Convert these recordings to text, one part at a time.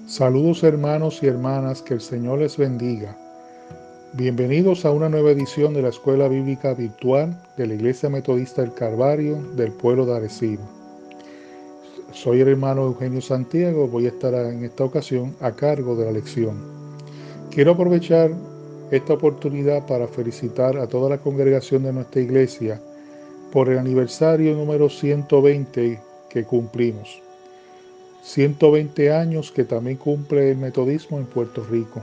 Saludos hermanos y hermanas, que el Señor les bendiga. Bienvenidos a una nueva edición de la Escuela Bíblica Virtual de la Iglesia Metodista del Calvario del pueblo de Arecibo. Soy el hermano Eugenio Santiago, voy a estar en esta ocasión a cargo de la lección. Quiero aprovechar esta oportunidad para felicitar a toda la congregación de nuestra iglesia por el aniversario número 120 que cumplimos. 120 años que también cumple el metodismo en Puerto Rico.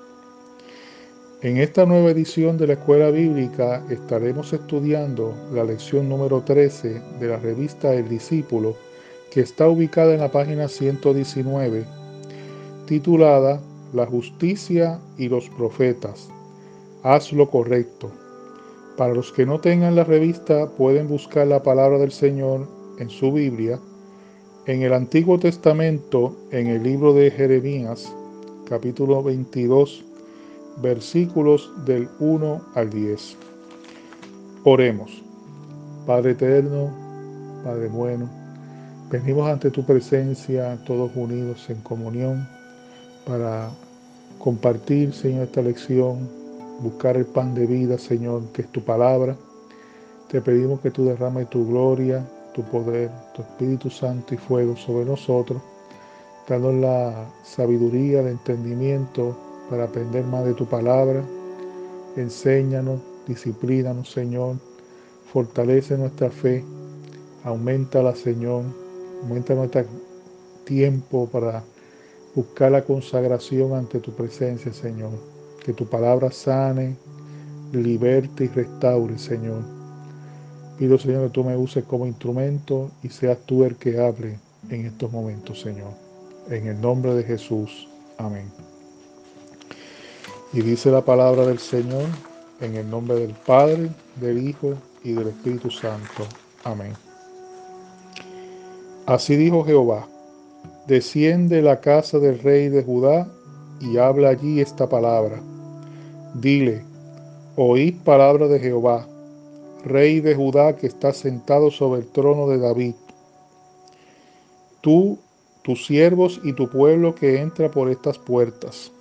En esta nueva edición de la Escuela Bíblica estaremos estudiando la lección número 13 de la revista El Discípulo, que está ubicada en la página 119, titulada La justicia y los profetas. Haz lo correcto. Para los que no tengan la revista, pueden buscar la palabra del Señor en su Biblia, en el Antiguo Testamento, en el libro de Jeremías, capítulo 22, versículos del 1 al 10. Oremos. Padre eterno, Padre bueno, venimos ante tu presencia todos unidos en comunión para compartir, Señor, esta lección, buscar el pan de vida, Señor, que es tu palabra. Te pedimos que tú derrames tu gloria, tu poder, tu Espíritu Santo y fuego sobre nosotros, dándonos la sabiduría, el entendimiento para aprender más de tu palabra. Enséñanos, disciplínanos, Señor, fortalece nuestra fe, auméntala, Señor, aumenta nuestro tiempo para buscar la consagración ante tu presencia, Señor. Que tu palabra sane, liberte y restaure, Señor. Pido, Señor, que tú me uses como instrumento y seas tú el que hable en estos momentos, Señor. En el nombre de Jesús. Amén. Y dice la palabra del Señor, en el nombre del Padre, del Hijo y del Espíritu Santo. Amén. Así dijo Jehová: desciende la casa del rey de Judá y habla allí esta palabra. Dile: oíd palabra de Jehová, rey de Judá, que está sentado sobre el trono de David. Tú, tus siervos y tu pueblo que entra por estas puertas.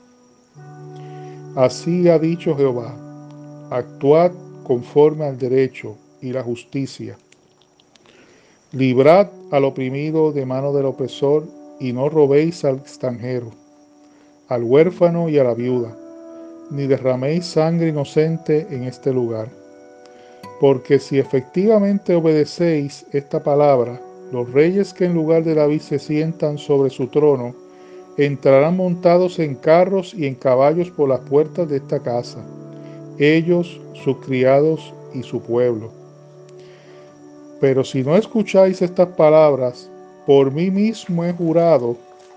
Así ha dicho Jehová: actuad conforme al derecho y la justicia. Librad al oprimido de mano del opresor, y no robéis al extranjero, al huérfano y a la viuda, ni derraméis sangre inocente en este lugar. Porque si efectivamente obedecéis esta palabra, los reyes que en lugar de David se sientan sobre su trono, entrarán montados en carros y en caballos por las puertas de esta casa, ellos, sus criados y su pueblo. Pero si no escucháis estas palabras, por mí mismo he jurado,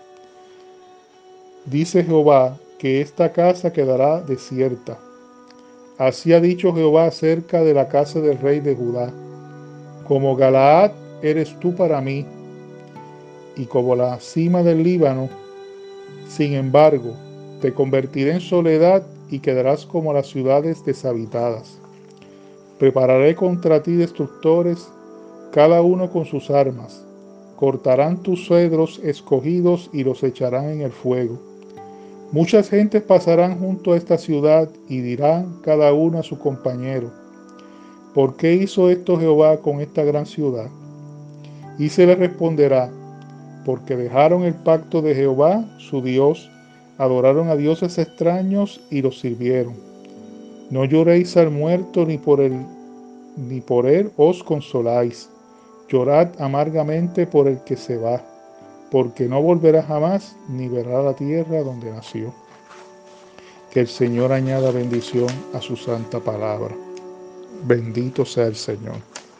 dice Jehová, que esta casa quedará desierta. Así ha dicho Jehová acerca de la casa del rey de Judá: como Galaad eres tú para mí, y como la cima del Líbano. Sin embargo, te convertiré en soledad y quedarás como las ciudades deshabitadas. Prepararé contra ti destructores, cada uno con sus armas. Cortarán tus cedros escogidos y los echarán en el fuego. Muchas gentes pasarán junto a esta ciudad y dirán cada uno a su compañero: ¿por qué hizo esto Jehová con esta gran ciudad? Y se le responderá: porque dejaron el pacto de Jehová, su Dios, adoraron a dioses extraños y los sirvieron. No lloréis al muerto, ni por él os consoláis. Llorad amargamente por el que se va, porque no volverá jamás, ni verá la tierra donde nació. Que el Señor añada bendición a su santa palabra. Bendito sea el Señor.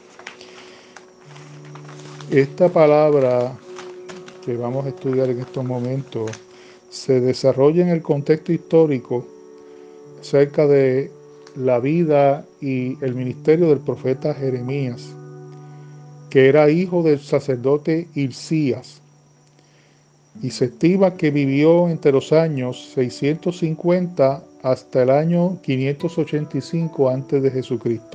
Esta palabra que vamos a estudiar en estos momentos se desarrolla en el contexto histórico acerca de la vida y el ministerio del profeta Jeremías, que era hijo del sacerdote Hilcías, y se estima que vivió entre los años 650 hasta el año 585 antes de Jesucristo.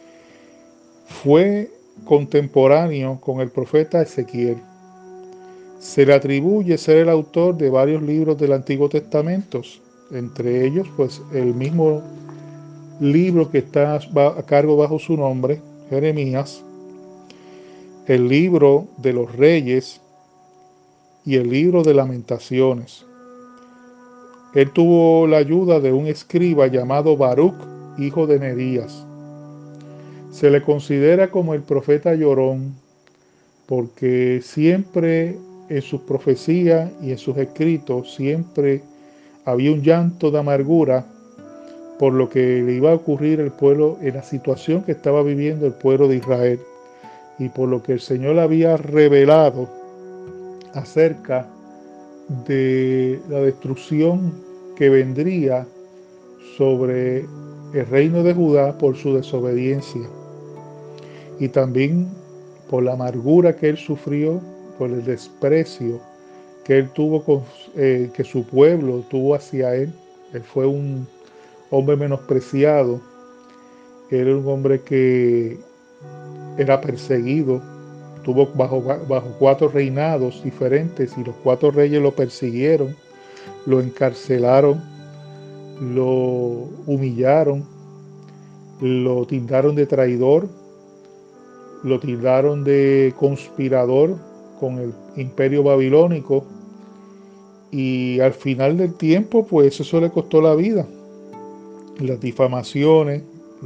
Fue contemporáneo con el profeta Ezequiel. Se le atribuye ser el autor de varios libros del Antiguo Testamento, entre ellos pues el mismo libro que está a cargo bajo su nombre, Jeremías, el libro de los Reyes y el libro de Lamentaciones. Él tuvo la ayuda de un escriba llamado Baruch, hijo de Nerías. Se le considera como el profeta llorón, porque siempre en sus profecías y en sus escritos siempre había un llanto de amargura por lo que le iba a ocurrir al pueblo en la situación que estaba viviendo el pueblo de Israel y por lo que el Señor había revelado acerca de la destrucción que vendría sobre el reino de Judá por su desobediencia y también por la amargura que él sufrió, por el desprecio que él tuvo que su pueblo tuvo hacia él. Él fue un hombre menospreciado, era un hombre que era perseguido, estuvo bajo 4 reinados diferentes y los 4 reyes lo persiguieron, lo encarcelaron, lo humillaron, lo tildaron de traidor, lo tildaron de conspirador con el imperio babilónico y al final del tiempo pues eso le costó la vida. Las difamaciones,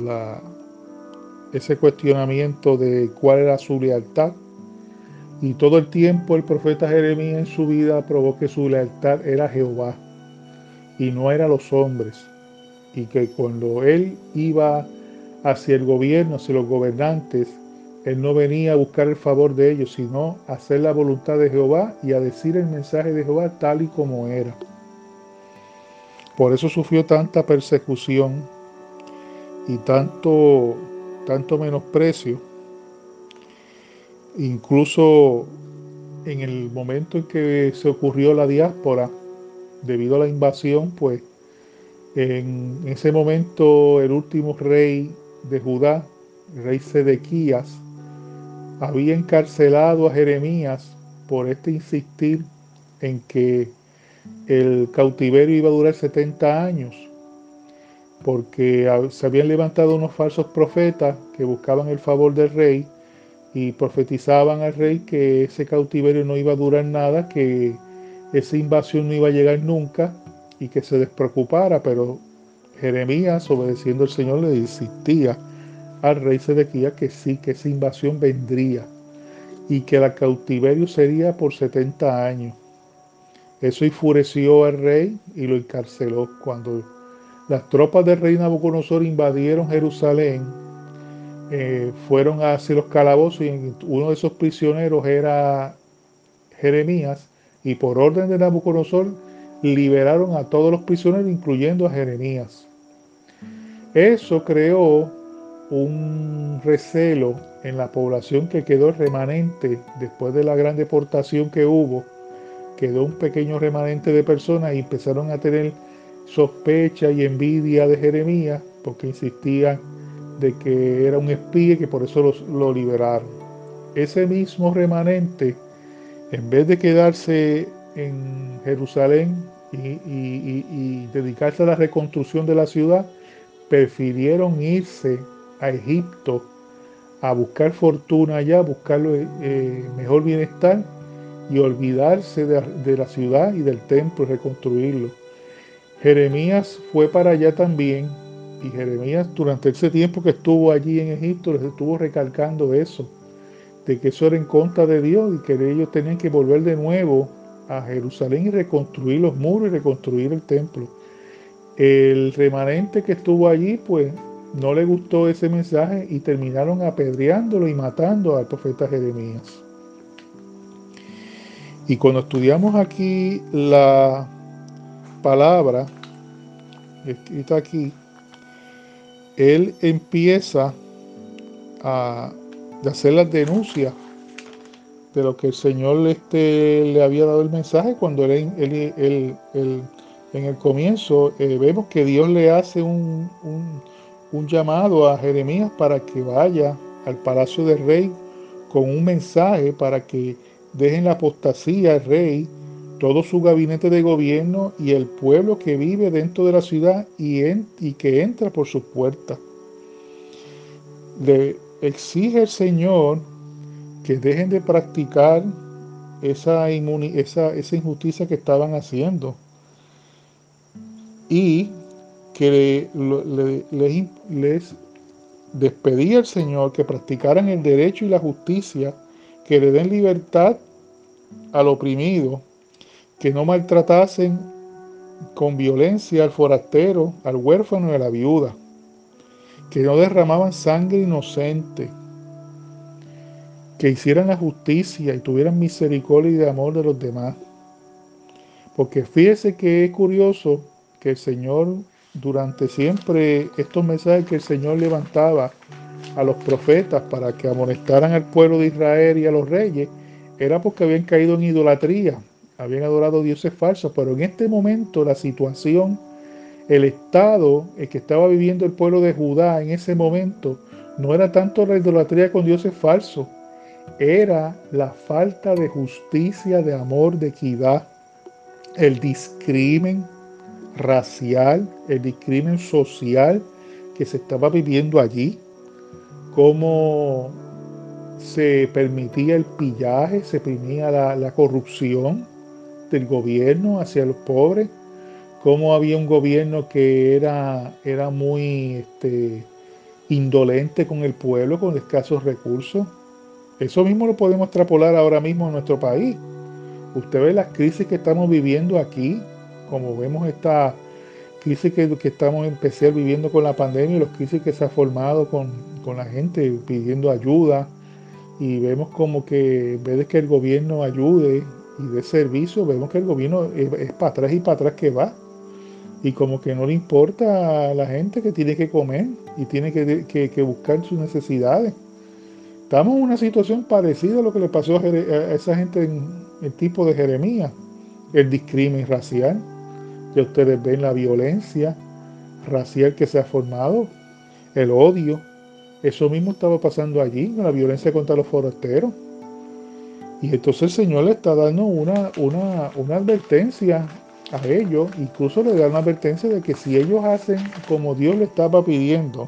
ese cuestionamiento de cuál era su lealtad. Y todo el tiempo el profeta Jeremías en su vida probó que su lealtad era Jehová y no era los hombres. Y que cuando él iba hacia el gobierno, hacia los gobernantes, él no venía a buscar el favor de ellos, sino a hacer la voluntad de Jehová y a decir el mensaje de Jehová tal y como era. Por eso sufrió tanta persecución y tanto menosprecio. Incluso en el momento en que se ocurrió la diáspora, debido a la invasión, pues en ese momento el último rey de Judá, el rey Sedequías, había encarcelado a Jeremías por insistir en que el cautiverio iba a durar 70 años, porque se habían levantado unos falsos profetas que buscaban el favor del rey y profetizaban al rey que ese cautiverio no iba a durar nada, que esa invasión no iba a llegar nunca y que se despreocupara, pero Jeremías, obedeciendo al Señor, le insistía al rey Sedequías que sí, que esa invasión vendría y que el cautiverio sería por 70 años. Eso enfureció al rey y lo encarceló. Cuando las tropas del rey Nabucodonosor invadieron Jerusalén, fueron hacia los calabozos y uno de esos prisioneros era Jeremías y por orden de Nabucodonosor liberaron a todos los prisioneros, incluyendo a Jeremías. Eso creó un recelo en la población que quedó remanente después de la gran deportación que hubo. Quedó un pequeño remanente de personas y empezaron a tener sospecha y envidia de Jeremías porque insistían de que era un espía y que por eso lo liberaron. Ese mismo remanente, en vez de quedarse en Jerusalén y dedicarse a la reconstrucción de la ciudad, prefirieron irse a Egipto a buscar fortuna allá, a buscar mejor bienestar y olvidarse de la ciudad y del templo y reconstruirlo. Jeremías fue para allá también y Jeremías durante ese tiempo que estuvo allí en Egipto les estuvo recalcando eso, de que eso era en contra de Dios y que ellos tenían que volver de nuevo a Jerusalén y reconstruir los muros y reconstruir el templo. El remanente que estuvo allí pues no le gustó ese mensaje y terminaron apedreándolo y matando al profeta Jeremías. Y cuando estudiamos aquí la palabra escrita aquí, él empieza a hacer las denuncias de lo que el Señor le había dado el mensaje cuando él en el comienzo vemos que Dios le hace un llamado a Jeremías para que vaya al palacio del rey con un mensaje para que dejen la apostasía al rey, todo su gabinete de gobierno y el pueblo que vive dentro de la ciudad y que entra por sus puertas. Le exige el Señor que dejen de practicar esa injusticia que estaban haciendo y que les despedía el Señor que practicaran el derecho y la justicia, que le den libertad al oprimido, que no maltratasen con violencia al forastero, al huérfano y a la viuda, que no derramaban sangre inocente, que hicieran la justicia y tuvieran misericordia y de amor de los demás. Porque fíjese que es curioso que el Señor, durante siempre estos mensajes que el Señor levantaba a los profetas para que amonestaran al pueblo de Israel y a los reyes, era porque habían caído en idolatría, habían adorado dioses falsos. Pero en este momento la situación, el estado en que estaba viviendo el pueblo de Judá en ese momento, no era tanto la idolatría con dioses falsos, era la falta de justicia, de amor, de equidad, el discrimen racial, el discrimen social que se estaba viviendo allí, cómo se permitía el pillaje, se permitía la corrupción del gobierno hacia los pobres, cómo había un gobierno que era muy indolente con el pueblo, con escasos recursos. Eso mismo lo podemos extrapolar ahora mismo en nuestro país. Usted ve las crisis que estamos viviendo aquí, como vemos esta crisis que estamos en especial viviendo con la pandemia y las crisis que se ha formado con la gente pidiendo ayuda, y vemos como que en vez de que el gobierno ayude y dé servicio, vemos que el gobierno es para atrás y para atrás que va, y como que no le importa a la gente que tiene que comer y tiene que buscar sus necesidades. Estamos en una situación parecida a lo que le pasó a esa gente en el tipo de Jeremías, el discrimen racial. Ya ustedes ven la violencia racial que se ha formado, el odio. Eso mismo estaba pasando allí, con la violencia contra los forasteros. Y entonces el Señor le está dando una advertencia a ellos, incluso le da una advertencia de que si ellos hacen como Dios le estaba pidiendo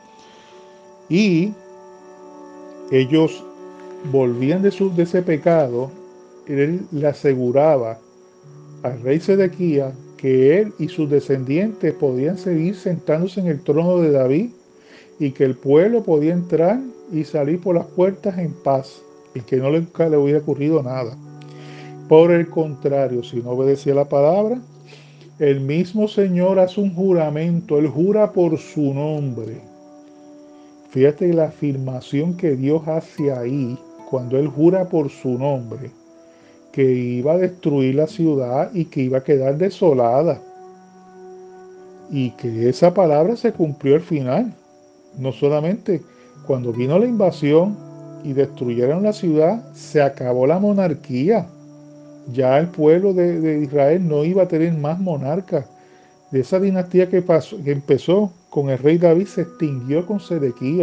y ellos volvían de ese pecado, él le aseguraba al rey Sedequías que él y sus descendientes podían seguir sentándose en el trono de David y que el pueblo podía entrar y salir por las puertas en paz y que nunca le hubiera ocurrido nada. Por el contrario, si no obedecía la palabra, el mismo Señor hace un juramento, él jura por su nombre. Fíjate la afirmación que Dios hace ahí, cuando él jura por su nombre, que iba a destruir la ciudad y que iba a quedar desolada. Y que esa palabra se cumplió al final. No solamente cuando vino la invasión y destruyeron la ciudad, se acabó la monarquía. Ya el pueblo de Israel no iba a tener más monarcas. De esa dinastía que empezó con el rey David se extinguió con Sedequías.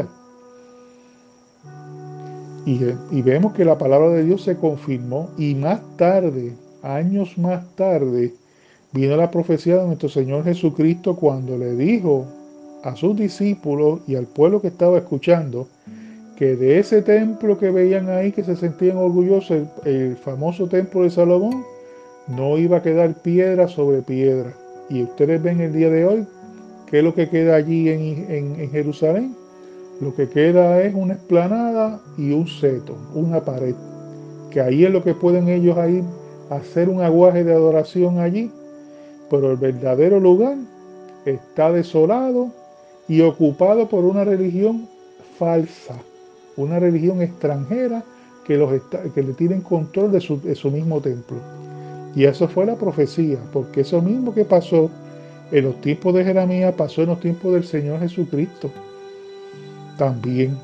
Y vemos que la palabra de Dios se confirmó y más tarde, años más tarde, vino la profecía de nuestro Señor Jesucristo cuando le dijo a sus discípulos y al pueblo que estaba escuchando que de ese templo que veían ahí, que se sentían orgullosos, el famoso templo de Salomón, no iba a quedar piedra sobre piedra. Y ustedes ven el día de hoy, ¿qué es lo que queda allí en Jerusalén? Lo que queda es una explanada y un seto, una pared, que ahí es lo que pueden ellos ahí hacer un aguaje de adoración allí, pero el verdadero lugar está desolado y ocupado por una religión falsa, una religión extranjera que le tienen control de su mismo templo. Y eso fue la profecía, porque eso mismo que pasó en los tiempos de Jeremías pasó en los tiempos del Señor Jesucristo también.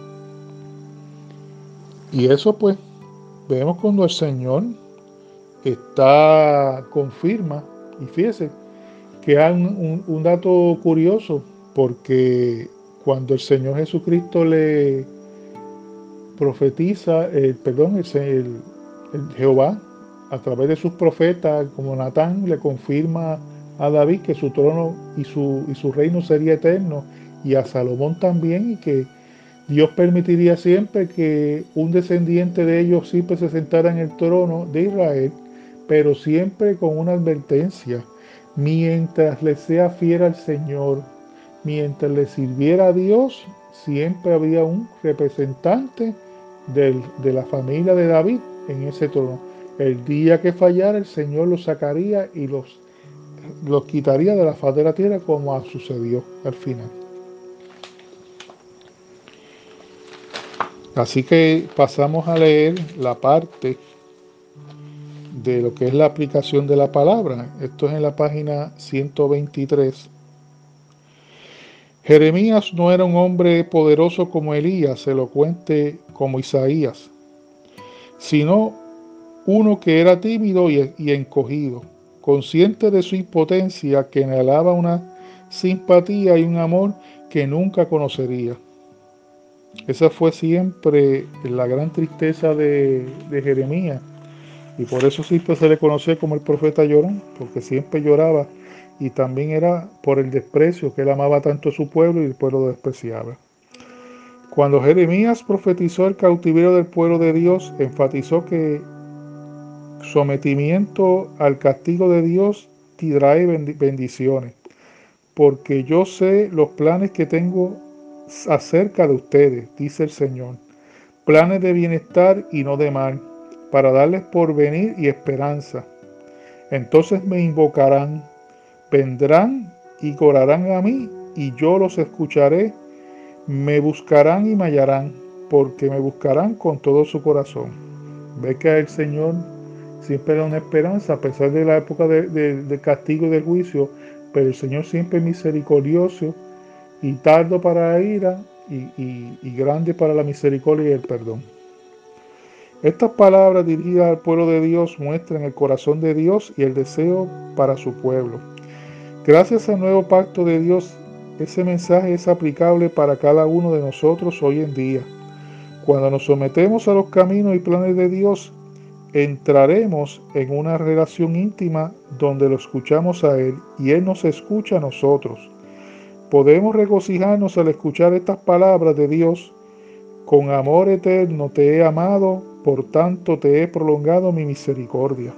Y eso pues vemos cuando el Señor confirma, y fíjese que hay un dato curioso, porque cuando el Señor Jesucristo le profetiza, Jehová, a través de sus profetas, como Natán, le confirma a David que su trono y su reino sería eterno, y a Salomón también, y que Dios permitiría siempre que un descendiente de ellos siempre se sentara en el trono de Israel, pero siempre con una advertencia: mientras le sea fiel al Señor, mientras le sirviera a Dios, siempre había un representante de la familia de David en ese trono. El día que fallara, el Señor los sacaría y los quitaría de la faz de la tierra, como sucedió al final. Así que pasamos a leer la parte de lo que es la aplicación de la palabra. Esto es en la página 123. Jeremías no era un hombre poderoso como Elías, elocuente como Isaías, sino uno que era tímido y encogido, consciente de su impotencia, que anhelaba una simpatía y un amor que nunca conocería. Esa fue siempre la gran tristeza de Jeremías, y por eso siempre se le conocía como el profeta llorón, porque siempre lloraba, y también era por el desprecio, que él amaba tanto a su pueblo y el pueblo lo despreciaba. Cuando Jeremías profetizó el cautiverio del pueblo de Dios, enfatizó que sometimiento al castigo de Dios trae bendiciones, porque yo sé los planes que tengo acerca de ustedes, dice el Señor, planes de bienestar y no de mal, para darles porvenir y esperanza. Entonces me invocarán, vendrán y orarán a mí, y yo los escucharé. Me buscarán y me hallarán, porque me buscarán con todo su corazón. Ve que el Señor siempre da una esperanza, a pesar de la época del castigo y del juicio, pero el Señor siempre es misericordioso y tardo para la ira y grande para la misericordia y el perdón. Estas palabras dirigidas al pueblo de Dios muestran el corazón de Dios y el deseo para su pueblo. Gracias al nuevo pacto de Dios, ese mensaje es aplicable para cada uno de nosotros hoy en día. Cuando nos sometemos a los caminos y planes de Dios, entraremos en una relación íntima donde lo escuchamos a Él y Él nos escucha a nosotros. Podemos regocijarnos al escuchar estas palabras de Dios: con amor eterno te he amado, por tanto te he prolongado mi misericordia.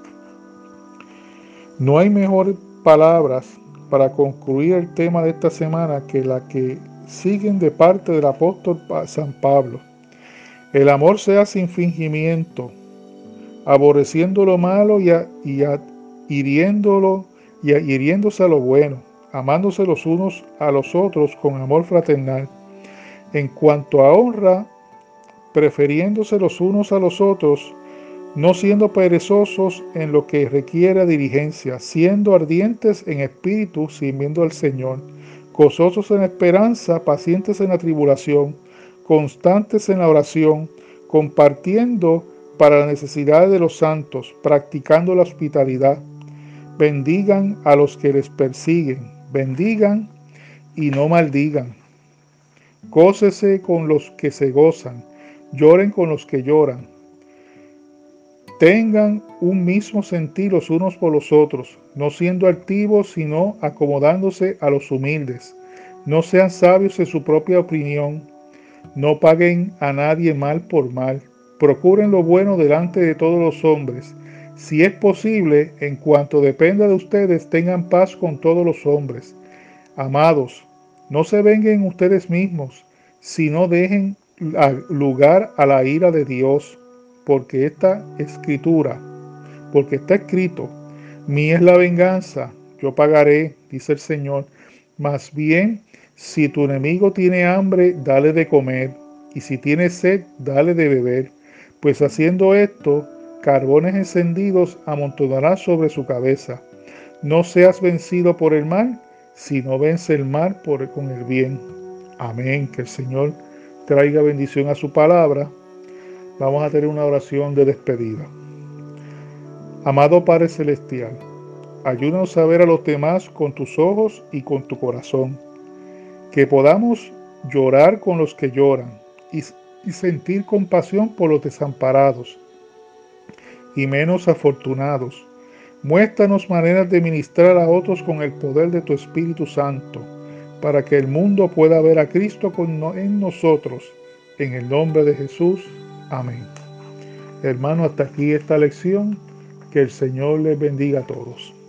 No hay mejores palabras para concluir el tema de esta semana que la que siguen de parte del apóstol San Pablo. El amor sea sin fingimiento, aborreciendo lo malo y hiriéndose a lo bueno, amándose los unos a los otros con amor fraternal. En cuanto a honra, prefiriéndose los unos a los otros, no siendo perezosos en lo que requiere diligencia, siendo ardientes en espíritu, sirviendo al Señor, gozosos en esperanza, pacientes en la tribulación, constantes en la oración, compartiendo para las necesidades de los santos, practicando la hospitalidad. Bendigan a los que les persiguen, bendigan y no maldigan. Gócese con los que se gozan, lloren con los que lloran. Tengan un mismo sentir los unos por los otros, no siendo altivos, sino acomodándose a los humildes. No sean sabios en su propia opinión, no paguen a nadie mal por mal. Procuren lo bueno delante de todos los hombres. Si es posible, en cuanto dependa de ustedes, tengan paz con todos los hombres. Amados, no se vengan ustedes mismos, sino dejen lugar a la ira de Dios, porque está escrito: mía es la venganza, yo pagaré, dice el Señor. Más bien, si tu enemigo tiene hambre, dale de comer, y si tiene sed, dale de beber, pues haciendo esto, carbones encendidos amontonarás sobre su cabeza. No seas vencido por el mal, sino vence el mal con el bien. Amén. Que el Señor traiga bendición a su palabra. Vamos a tener una oración de despedida. Amado Padre Celestial, ayúdanos a ver a los demás con tus ojos y con tu corazón, que podamos llorar con los que lloran y sentir compasión por los desamparados, y menos afortunados. Muéstranos maneras de ministrar a otros con el poder de tu Espíritu Santo, para que el mundo pueda ver a Cristo en nosotros. En el nombre de Jesús. Amén. Hermano, hasta aquí esta lección. Que el Señor les bendiga a todos.